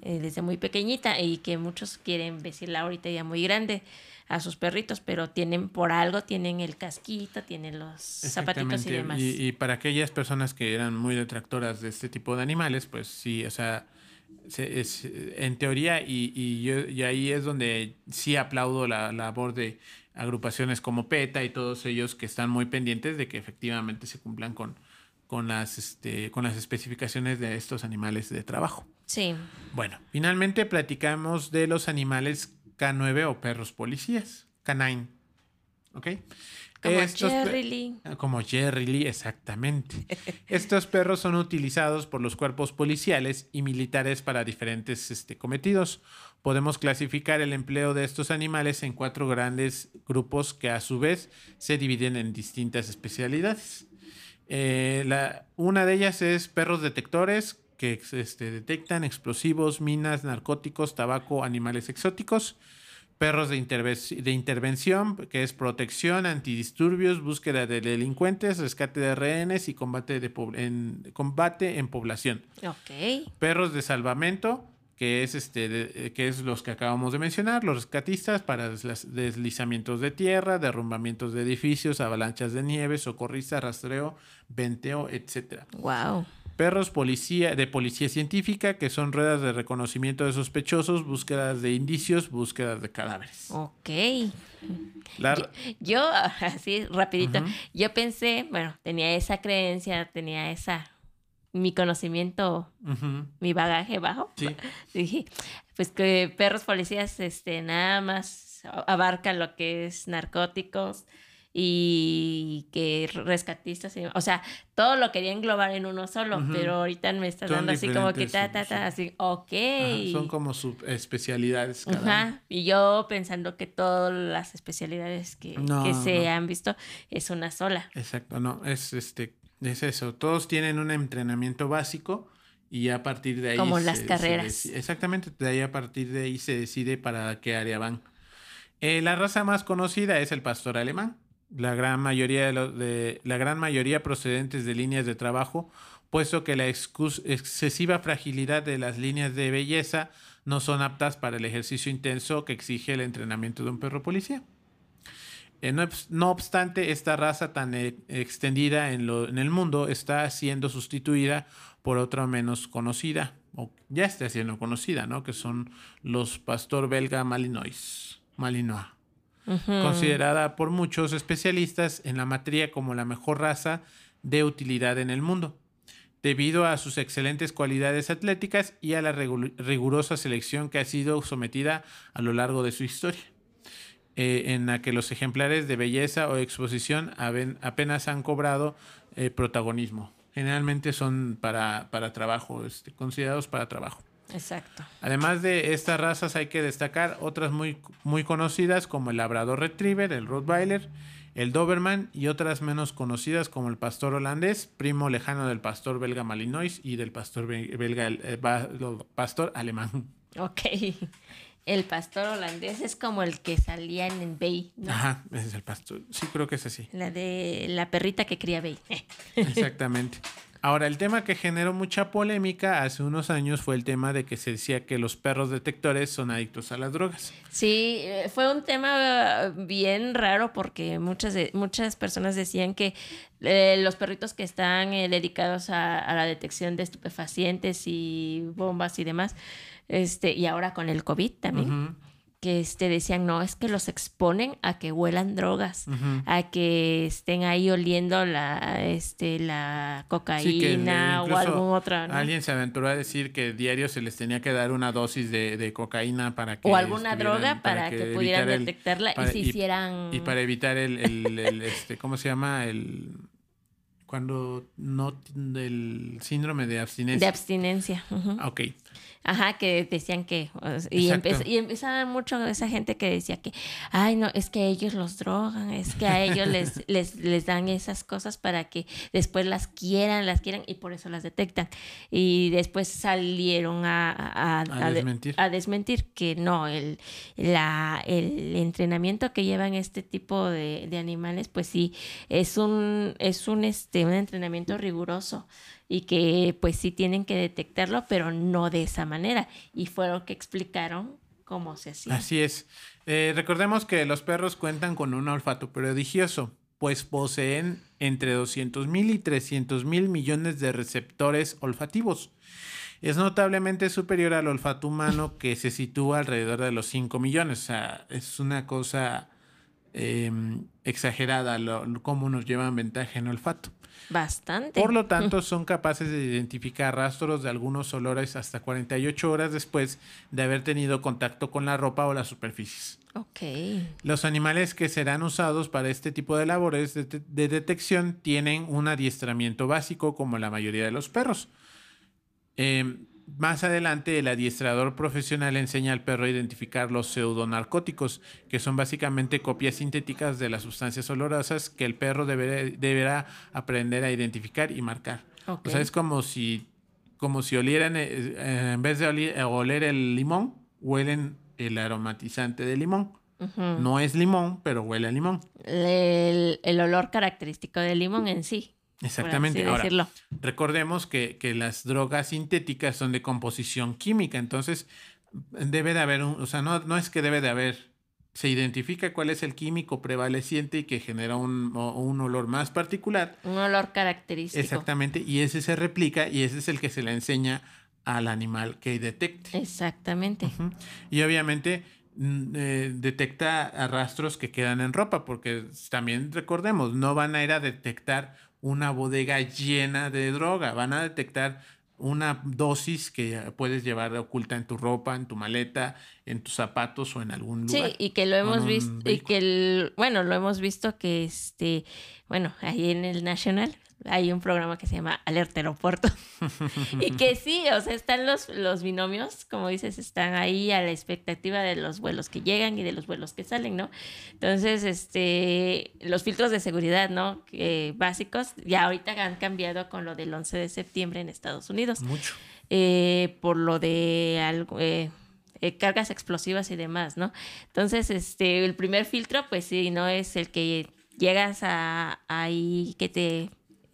eh, desde muy pequeñita y que muchos quieren vestirla ahorita ya muy grande a sus perritos, pero tienen por algo, tienen el casquito, tienen los zapatitos y demás. Y, y para aquellas personas que eran muy detractoras de este tipo de animales, pues sí, o sea, se, es, en teoría, y, y, yo, y ahí es donde sí aplaudo la, la labor de agrupaciones como PETA y todos ellos que están muy pendientes de que efectivamente se cumplan con, con, las, este, con las especificaciones de estos animales de trabajo. Sí. Bueno, finalmente platicamos de los animales K nueve o perros policías, canine, ¿ok? Como Estos Jerry Lee. Como Jerry Lee, exactamente. Estos perros son utilizados por los cuerpos policiales y militares para diferentes este, cometidos. Podemos clasificar el empleo de estos animales en cuatro grandes grupos que a su vez se dividen en distintas especialidades. Eh, la, una de ellas es perros detectores, que este, detectan explosivos, minas, narcóticos, tabaco, animales exóticos. Perros de, interve- de intervención, que es protección, antidisturbios, búsqueda de delincuentes, rescate de rehenes y combate, de po- en, combate en población. Ok. Perros de salvamento, que es, este, de, que es los que acabamos de mencionar, los rescatistas para desla- deslizamientos de tierra, derrumbamientos de edificios, avalanchas de nieve, socorristas, rastreo, venteo, etcétera. Wow. Perros policía, de policía científica, que son ruedas de reconocimiento de sospechosos, búsquedas de indicios, búsquedas de cadáveres. Ok. La... Yo, yo, así rapidito, uh-huh. yo pensé, bueno, tenía esa creencia, tenía esa, mi conocimiento, uh-huh. mi bagaje bajo. Sí. Dije, pues que perros policías, este, nada más abarcan lo que es narcóticos, y que rescatistas, o sea, todo lo quería englobar en uno solo, uh-huh. pero ahorita me estás Son dando así como que ta, ta, ta, así, ok. Ajá, son como subespecialidades cada Ajá, uno. Y yo pensando que todas las especialidades que, no, que se no. han visto es una sola. Exacto, no, es este, es eso, todos tienen un entrenamiento básico y a partir de ahí como se, las carreras. Se decide, exactamente, de ahí a partir de ahí se decide para qué área van. Eh, la raza más conocida es el pastor alemán. La gran mayoría de, lo, de la gran mayoría procedentes de líneas de trabajo, puesto que la excus, excesiva fragilidad de las líneas de belleza no son aptas para el ejercicio intenso que exige el entrenamiento de un perro policía. Eh, no, no obstante, esta raza tan e extendida en, lo, en el mundo está siendo sustituida por otra menos conocida, o ya está siendo conocida, ¿no? Que son los pastor belga malinois, malinois. Uh-huh. Considerada por muchos especialistas en la materia como la mejor raza de utilidad en el mundo, debido a sus excelentes cualidades atléticas y a la rigurosa selección que ha sido sometida a lo largo de su historia, eh, en la que los ejemplares de belleza o exposición apenas han cobrado eh, protagonismo. Generalmente son para, para trabajo, este, considerados para trabajo. Exacto. Además de estas razas hay que destacar otras muy, muy conocidas como el Labrador Retriever, el Rottweiler, el Doberman y otras menos conocidas como el pastor holandés, primo lejano del pastor belga malinois y del pastor belga eh, pastor alemán. Ok. El pastor holandés es como el que salía en Bay, ¿no? Ajá, ese es el pastor. Sí, creo que es así. La de la perrita que cría Bay. Exactamente. Ahora, el tema que generó mucha polémica hace unos años fue el tema de que se decía que los perros detectores son adictos a las drogas. Sí, fue un tema bien raro porque muchas, de, muchas personas decían que eh, los perritos que están eh, dedicados a, a la detección de estupefacientes y bombas y demás, este, y ahora con el COVID también, uh-huh. que este, decían, no, es que los exponen a que huelan drogas, uh-huh. a que estén ahí oliendo la, este, la cocaína sí, o alguna otra, ¿no? Alguien se aventuró a decir que diario se les tenía que dar una dosis de, de cocaína para que... O alguna droga para, para que, que pudieran el, detectarla para, y se y, hicieran... Y para evitar el, el, el este, ¿cómo se llama? El... Cuando no... el síndrome de abstinencia. De abstinencia. Uh-huh. Ok. Ajá, que decían que... Y, empe- y empezaba mucho esa gente que decía que, ay, no, es que ellos los drogan, es que a ellos les, les, les dan esas cosas para que después las quieran, las quieran y por eso las detectan. Y después salieron a, a, a, a, desmentir. a desmentir que no, el, la, el entrenamiento que llevan este tipo de, de animales, pues sí, es un, es un, este, un entrenamiento riguroso. Y que pues sí tienen que detectarlo, pero no de esa manera. Y fue lo que explicaron cómo se hacía. Así es. Eh, recordemos que los perros cuentan con un olfato prodigioso, pues poseen entre doscientos mil y trescientos mil millones de receptores olfativos. Es notablemente superior al olfato humano, que se sitúa alrededor de los cinco millones. O sea, es una cosa eh, exagerada lo, lo, cómo nos llevan ventaja en olfato. Bastante. Por lo tanto, son capaces de identificar rastros de algunos olores hasta cuarenta y ocho horas después de haber tenido contacto con la ropa o las superficies. Ok. Los animales que serán usados para este tipo de labores de, de detección tienen un adiestramiento básico, como la mayoría de los perros. Eh, más adelante, el adiestrador profesional enseña al perro a identificar los pseudonarcóticos, que son básicamente copias sintéticas de las sustancias olorosas que el perro deberá, deberá aprender a identificar y marcar. Okay. O sea, es como si, como si olieran, eh, en vez de oler, oler el limón, huelen el aromatizante de limón. Uh-huh. No es limón, pero huele a limón. El, el olor característico del limón en sí. Exactamente. Ahora, recordemos que, que las drogas sintéticas son de composición química, entonces debe de haber un, o sea, no, no es que debe de haber, se identifica cuál es el químico prevaleciente y que genera un, un olor más particular. Un olor característico. Exactamente, y ese se replica y ese es el que se le enseña al animal que detecte. Exactamente. Uh-huh. Y obviamente eh, detecta rastros que quedan en ropa, porque también recordemos, no van a ir a detectar una bodega llena de droga, van a detectar una dosis que puedes llevar oculta en tu ropa, en tu maleta, en tus zapatos o en algún lugar. Sí, y que lo hemos visto, y que el, bueno, lo hemos visto que este, bueno, ahí en el National hay un programa que se llama Alerta Aeropuerto. Y que sí, o sea, están los, los binomios, como dices, están ahí a la expectativa de los vuelos que llegan y de los vuelos que salen, ¿no? Entonces, este, los filtros de seguridad, ¿no? Que, básicos, ya ahorita han cambiado con lo del once de septiembre en Estados Unidos. Mucho. Eh, por lo de algo... Eh, Eh, cargas explosivas y demás, ¿no? Entonces, este, el primer filtro, pues sí, no es el que llegas a ahí que te,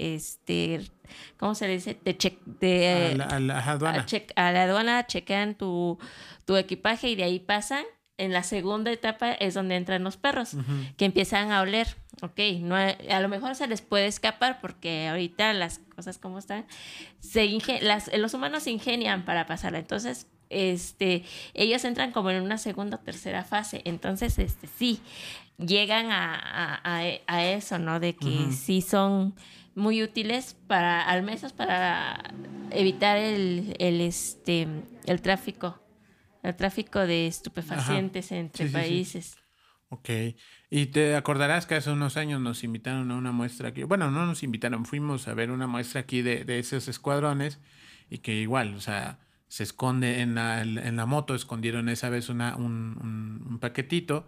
este, ¿cómo se le dice? Te che, de, a, la, a la aduana. A, che, a la aduana chequean tu, tu equipaje y de ahí pasan. En la segunda etapa es donde entran los perros, uh-huh. que empiezan a oler. Ok, no, a lo mejor se les puede escapar porque ahorita las cosas como están, se ingen, las, los humanos se ingenian para pasarla. Entonces, este, ellos entran como en una segunda o tercera fase. Entonces, este, sí, llegan a, a, a eso, ¿no? De que uh-huh. sí son muy útiles para, al menos para evitar el, el, este, el tráfico. El tráfico de estupefacientes Ajá. entre sí, países. Sí, sí. Ok. Y te acordarás que hace unos años nos invitaron a una muestra aquí. Bueno, no nos invitaron, fuimos a ver una muestra aquí de, de esos escuadrones y que igual, o sea, se esconde en la, en la moto, escondieron esa vez una, un, un, un paquetito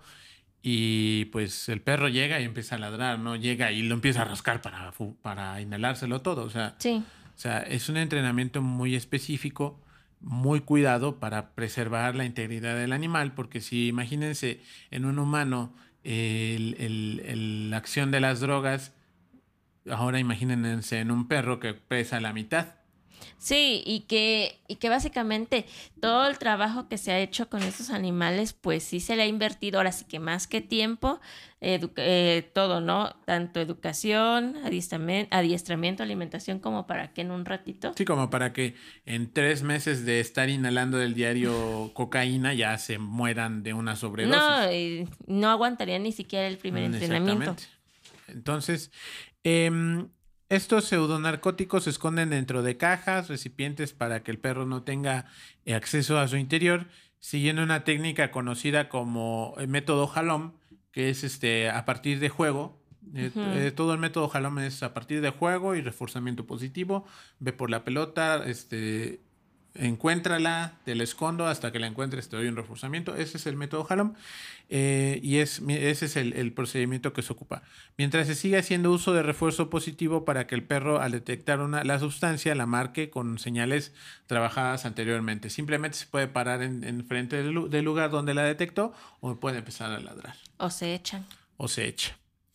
y pues el perro llega y empieza a ladrar, ¿no? Llega y lo empieza a rascar para, para inhalárselo todo. O sea, sí. o sea, es un entrenamiento muy específico, muy cuidado para preservar la integridad del animal, porque si imagínense en un humano el, el, el, la acción de las drogas, ahora imagínense en un perro que pesa la mitad. Sí, y que, y que básicamente todo el trabajo que se ha hecho con estos animales, pues sí se le ha invertido, ahora sí que más que tiempo, edu- eh, todo, ¿no? Tanto educación, adiestramiento, adiestramiento, alimentación, como para que en un ratito. Sí, como para que en tres meses de estar inhalando del diario cocaína ya se mueran de una sobredosis. No, eh, no aguantarían ni siquiera el primer mm, entrenamiento. Entonces, eh, estos pseudonarcóticos se esconden dentro de cajas, recipientes para que el perro no tenga acceso a su interior, siguiendo una técnica conocida como el método Halom, que es este a partir de juego. Uh-huh. Eh, todo el método Halom es a partir de juego y reforzamiento positivo. Ve por la pelota, este, encuéntrala, te la escondo, hasta que la encuentres te doy un reforzamiento. Ese es el método Halom. Eh, y es, ese es el, el procedimiento que se ocupa. Mientras se sigue haciendo uso de refuerzo positivo para que el perro, al detectar una, la sustancia, la marque con señales trabajadas anteriormente. Simplemente se puede parar en, en frente del, del lugar donde la detectó o puede empezar a ladrar. O se echan. O se echa.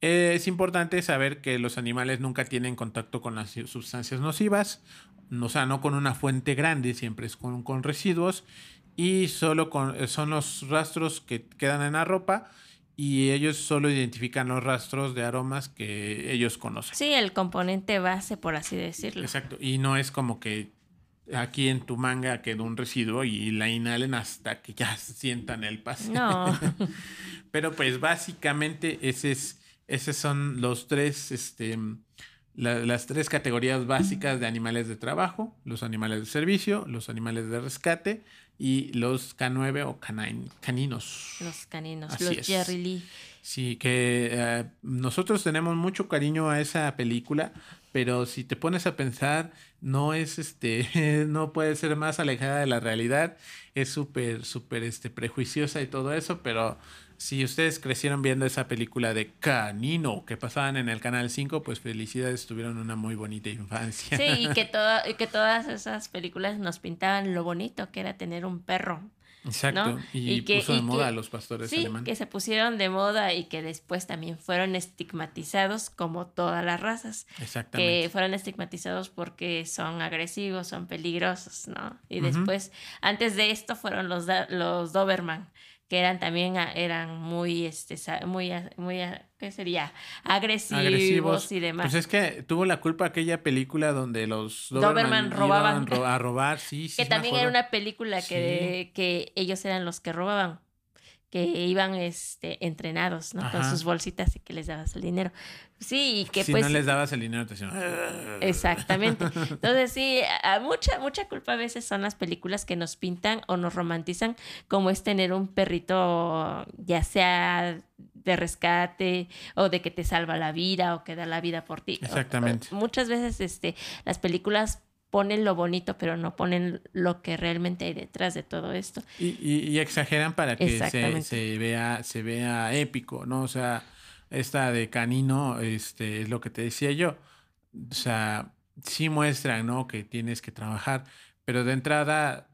Eh, es importante saber que los animales nunca tienen contacto con las sustancias nocivas, o sea, no con una fuente grande, siempre es con, con residuos, y solo con, son los rastros que quedan en la ropa, y ellos solo identifican los rastros de aromas que ellos conocen. Sí, el componente base, por así decirlo. Exacto, y no es como que aquí en tu manga quedó un residuo y la inhalen hasta que ya sientan el pase. No. Pero pues básicamente ese es, esos son los tres, este, la, las tres categorías básicas de animales de trabajo: los animales de servicio, los animales de rescate y los K nueve o canine, caninos. Los caninos, Así los es. Jerry Lee. Sí, que eh, nosotros tenemos mucho cariño a esa película, pero si te pones a pensar, no es este, no puede ser más alejada de la realidad. Es súper, súper este, prejuiciosa y todo eso, pero si ustedes crecieron viendo esa película de Canino que pasaban en el Canal cinco, pues felicidades, tuvieron una muy bonita infancia. Sí, y que, todo, y que todas esas películas nos pintaban lo bonito que era tener un perro. Exacto, ¿no? y, y que, puso de y moda que, a los pastores sí, alemanes. que se pusieron de moda y que después también fueron estigmatizados como todas las razas. Exactamente. Que fueron estigmatizados porque son agresivos, son peligrosos, ¿no? Y Uh-huh. después, antes de esto fueron los, los Doberman, que eran también eran muy, este, muy, muy, ¿qué sería? Agresivos, agresivos y demás. Pues es que tuvo la culpa aquella película donde los Doberman, Doberman robaban. Iban a robar, sí, sí. Que sí también era una película que, sí. que ellos eran los que robaban, que iban este, entrenados, ¿no? Ajá. Con sus bolsitas y que les dabas el dinero. Sí, y que si pues... Si no les dabas el dinero, te decían... Exactamente. Entonces sí, a mucha, mucha culpa a veces son las películas que nos pintan o nos romantizan como es tener un perrito, ya sea de rescate o de que te salva la vida o que da la vida por ti. Exactamente. O, o, muchas veces este, las películas ponen lo bonito, pero no ponen lo que realmente hay detrás de todo esto. Y, y, y exageran para que se, se, vea, se vea épico, ¿no? O sea, esta de Canino, este, es lo que te decía yo. O sea, sí muestran, ¿no? Que tienes que trabajar, pero de entrada,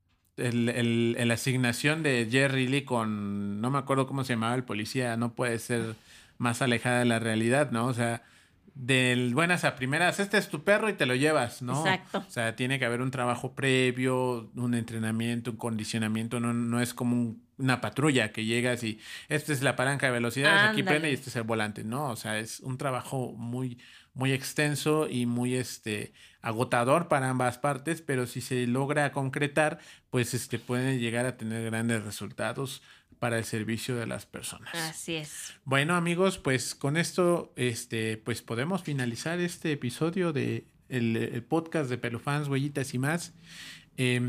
el, el, el asignación de Jerry Lee con, no me acuerdo cómo se llamaba el policía, no puede ser más alejada de la realidad, ¿no? O sea, del buenas a primeras, este es tu perro y te lo llevas, ¿no? Exacto. O sea, tiene que haber un trabajo previo, un entrenamiento, un condicionamiento, no, no es como un, una patrulla que llegas y esta es la palanca de velocidad, aquí prende y este es el volante, ¿no? O sea, es un trabajo muy, muy extenso y muy este, agotador para ambas partes, pero si se logra concretar, pues este, pueden llegar a tener grandes resultados para el servicio de las personas. Así es. Bueno, amigos, pues con esto este, pues podemos finalizar este episodio de el, el podcast de Pelufans, Huellitas y más. Eh,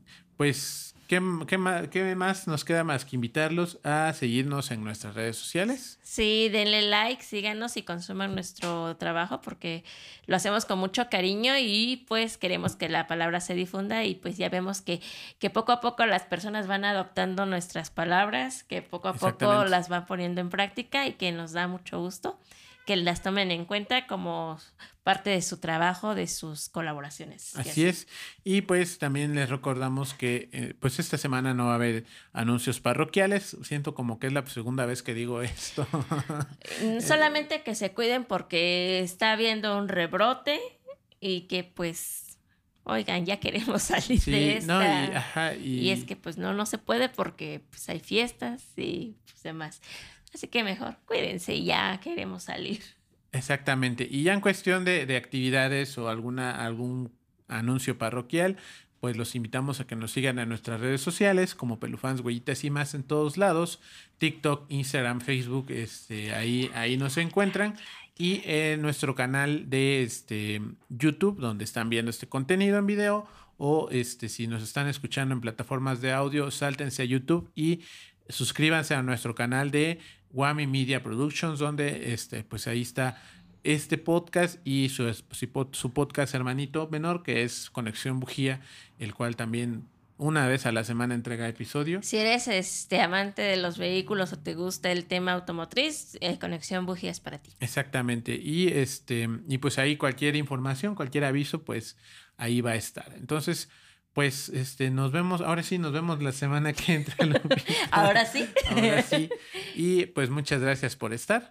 pues, ¿qué, qué, más, ¿qué más nos queda más que invitarlos a seguirnos en nuestras redes sociales? Sí, denle like, síganos y consuman nuestro trabajo porque lo hacemos con mucho cariño y pues queremos que la palabra se difunda y pues ya vemos que, que poco a poco las personas van adoptando nuestras palabras, que poco a poco las van poniendo en práctica y que nos da mucho gusto que las tomen en cuenta como parte de su trabajo, de sus colaboraciones. Así, así es. Y pues también les recordamos que eh, pues esta semana no va a haber anuncios parroquiales. Siento como que es la segunda vez que digo esto. Solamente que se cuiden porque está habiendo un rebrote y que pues, oigan, ya queremos salir sí, de esta. No, y, ajá, y... y es que pues no, no se puede porque pues hay fiestas y pues demás. Así que mejor, cuídense, ya queremos salir. Exactamente. Y ya en cuestión de, de actividades o alguna algún anuncio parroquial, pues los invitamos a que nos sigan en nuestras redes sociales como Pelufans, Huellitas y más en todos lados. TikTok, Instagram, Facebook, este, ahí, ahí nos encuentran. Y en nuestro canal de este, YouTube, donde están viendo este contenido en video. O este, si nos están escuchando en plataformas de audio, sáltense a YouTube y suscríbanse a nuestro canal de Wami Media Productions, donde este, pues ahí está este podcast y su, su podcast hermanito menor, que es Conexión Bujía, el cual también una vez a la semana entrega episodio. Si eres este amante de los vehículos o te gusta el tema automotriz, eh, Conexión Bujía es para ti. Exactamente. Y este, y pues ahí cualquier información, cualquier aviso, pues ahí va a estar. Entonces, pues este, nos vemos, ahora sí, nos vemos la semana que entra. Ahora sí. Ahora sí. Y pues muchas gracias por estar.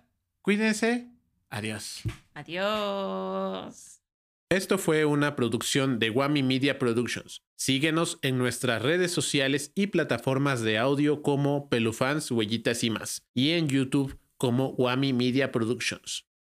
Cuídense. Adiós. Adiós. Esto fue una producción de Wami Media Productions. Síguenos en nuestras redes sociales y plataformas de audio como Pelufans, Huellitas y más. Y en YouTube como Wami Media Productions.